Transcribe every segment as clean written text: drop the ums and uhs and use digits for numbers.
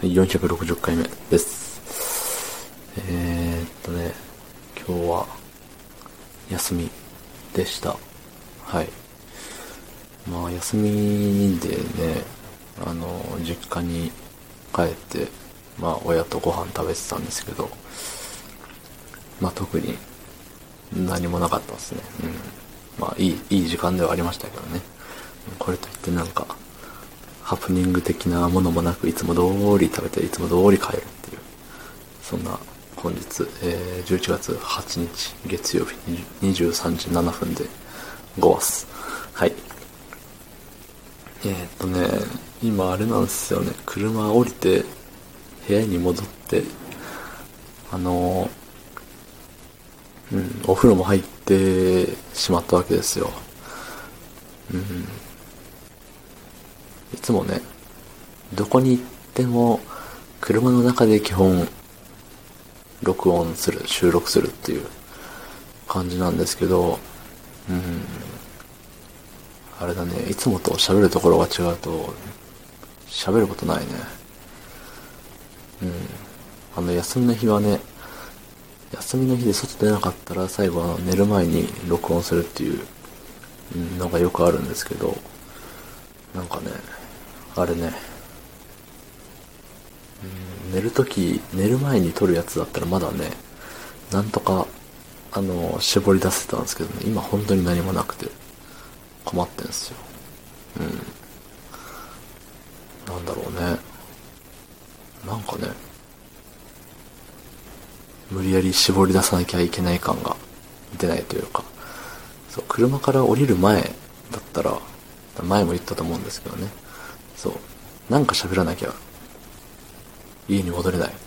460回目です。今日は休みでした。はい。休みでね、実家に帰って、親とご飯食べてたんですけど、特に何もなかったですね。いい時間ではありましたけどね。これといってハプニング的なものもなく、いつも通り食べて、いつも通り帰るっていう、そんな本日、11月8日月曜日23時7分でごわす。はい。今あれなんですよね。車降りて、部屋に戻って、お風呂も入ってしまったわけですよ。いつもね、どこに行っても車の中で基本収録するっていう感じなんですけど、あれだね、いつもと喋るところが違うと喋ることないね。休みの日はね、休みの日で外出なかったら最後は寝る前に録音するっていうのがよくあるんですけど、あれね、寝る前に撮るやつだったらまだね、なんとか、絞り出せたんですけどね、今本当に何もなくて、困ってんすよ。なんだろうね。無理やり絞り出さなきゃいけない感が出ないというか、そう、車から降りる前だったら、前も言ったと思うんですけどね、そう、喋らなきゃ家に戻れないって。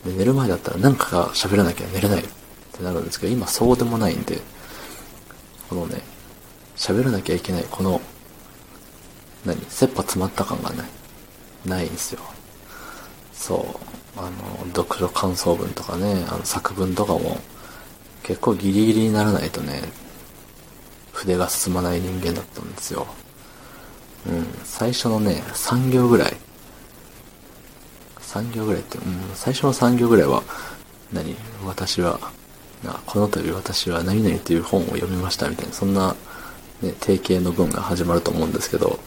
で、寝る前だったらが喋らなきゃ寝れないってなるんですけど、今そうでもないんで、このね、喋らなきゃいけない、この、切羽詰まった感がね、ないんですよ。そう、読書感想文とかね、作文とかも、結構ギリギリにならないとね、筆が進まない人間だったんですよ。最初のね、3行ぐらいって、最初の3行ぐらいは、この度私は何々という本を読みましたみたいな、そんな、ね、定型の文が始まると思うんですけど、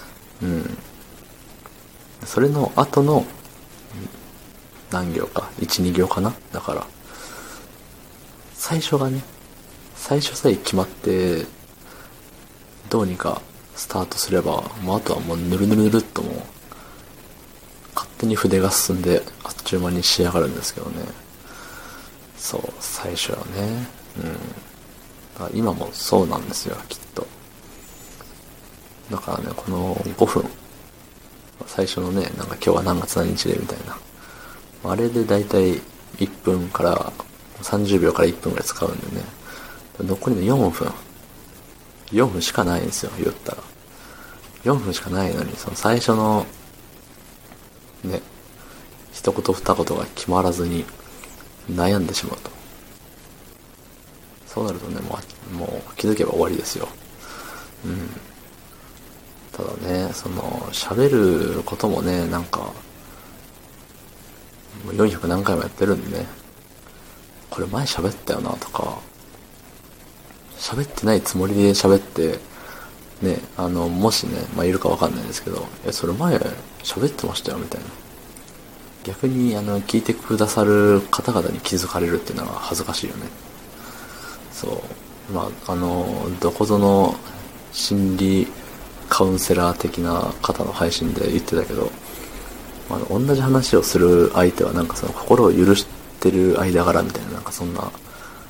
それの後の、何行か、1、2行かな。だから、最初さえ決まって、どうにかスタートすれば、あとはもうぬるぬるぬるっともう、勝手に筆が進んで、あっちゅう間に仕上がるんですけどね。そう、最初はね。今もそうなんですよ、きっと。だからね、この5分、最初のね、今日は何月何日でみたいな。あれでだいたい1分から30秒から1分ぐらい使うんでね。残りの4分。4分しかないんですよ、言ったら。4分しかないのに、その最初の、ね、一言二言が決まらずに悩んでしまうと。そうなるとね、もう気づけば終わりですよ。ただね、喋ることもね、もう400何回もやってるんでね、これ前喋ったよなとか、喋ってないつもりで喋って、ね、もしね、いるかわかんないですけど、それ前喋ってましたよみたいな。逆に聞いてくださる方々に気づかれるっていうのは恥ずかしいよね。そう。どこぞの心理カウンセラー的な方の配信で言ってたけど、同じ話をする相手は心を許してる間柄みたいな、そんな、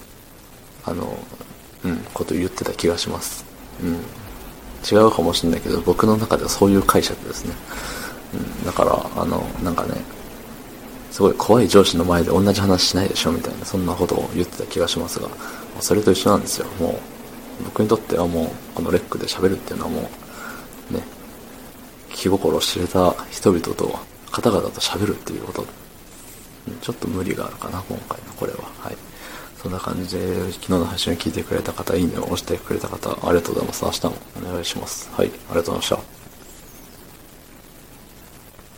ことを言ってた気がします。違うかもしれないけど、僕の中ではそういう解釈ですね。だから、すごい怖い上司の前で同じ話しないでしょみたいな、そんなことを言ってた気がしますが、それと一緒なんですよ。もう、僕にとってはもう、このレックで喋るっていうのはもう、ね、気心を知れた人々と、方々と喋るっていうこと、ちょっと無理があるかな、今回のこれは。はい。そんな感じで、昨日の配信を聞いてくれた方、いいねを押してくれた方、ありがとうございます。明日もお願いします。はい、ありがとうございました。